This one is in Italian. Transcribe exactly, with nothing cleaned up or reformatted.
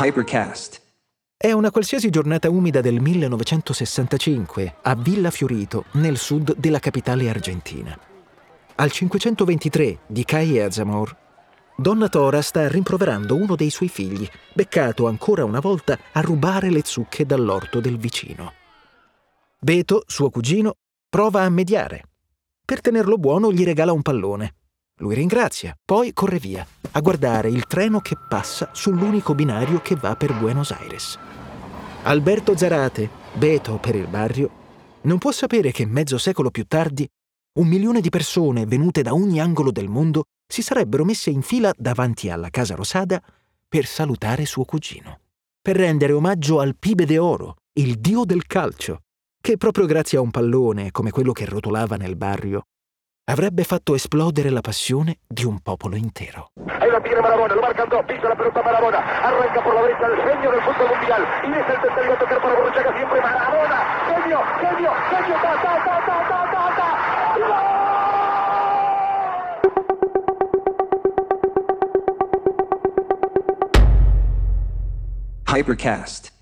Hypercast. È una qualsiasi giornata umida del millenovecentosessantacinque a Villa Fiorito, nel sud della capitale argentina. Al cinquecentoventitré di Calle Azamor, Donna Tora sta rimproverando uno dei suoi figli, beccato ancora una volta a rubare le zucche dall'orto del vicino. Beto, suo cugino, prova a mediare. Per tenerlo buono gli regala un pallone. Lui ringrazia, poi corre via, a guardare il treno che passa sull'unico binario che va per Buenos Aires. Alberto Zarate, Beto per il barrio, non può sapere che mezzo secolo più tardi un milione di persone venute da ogni angolo del mondo si sarebbero messe in fila davanti alla Casa Rosada per salutare suo cugino, per rendere omaggio al Pibe de Oro, il dio del calcio, che proprio grazie a un pallone come quello che rotolava nel barrio avrebbe fatto esplodere la passione di un popolo intero. Ahí la tiene Marabona, lo marcan dos, pisa la pelota Marabona, arranca por la derecha el genio del fútbol mundial, y es el tercero a tocar para Borruchaga siempre Marabona, genio, genio, genio, ta, ta, ta, ta, ta, ta, ta, Hypercast.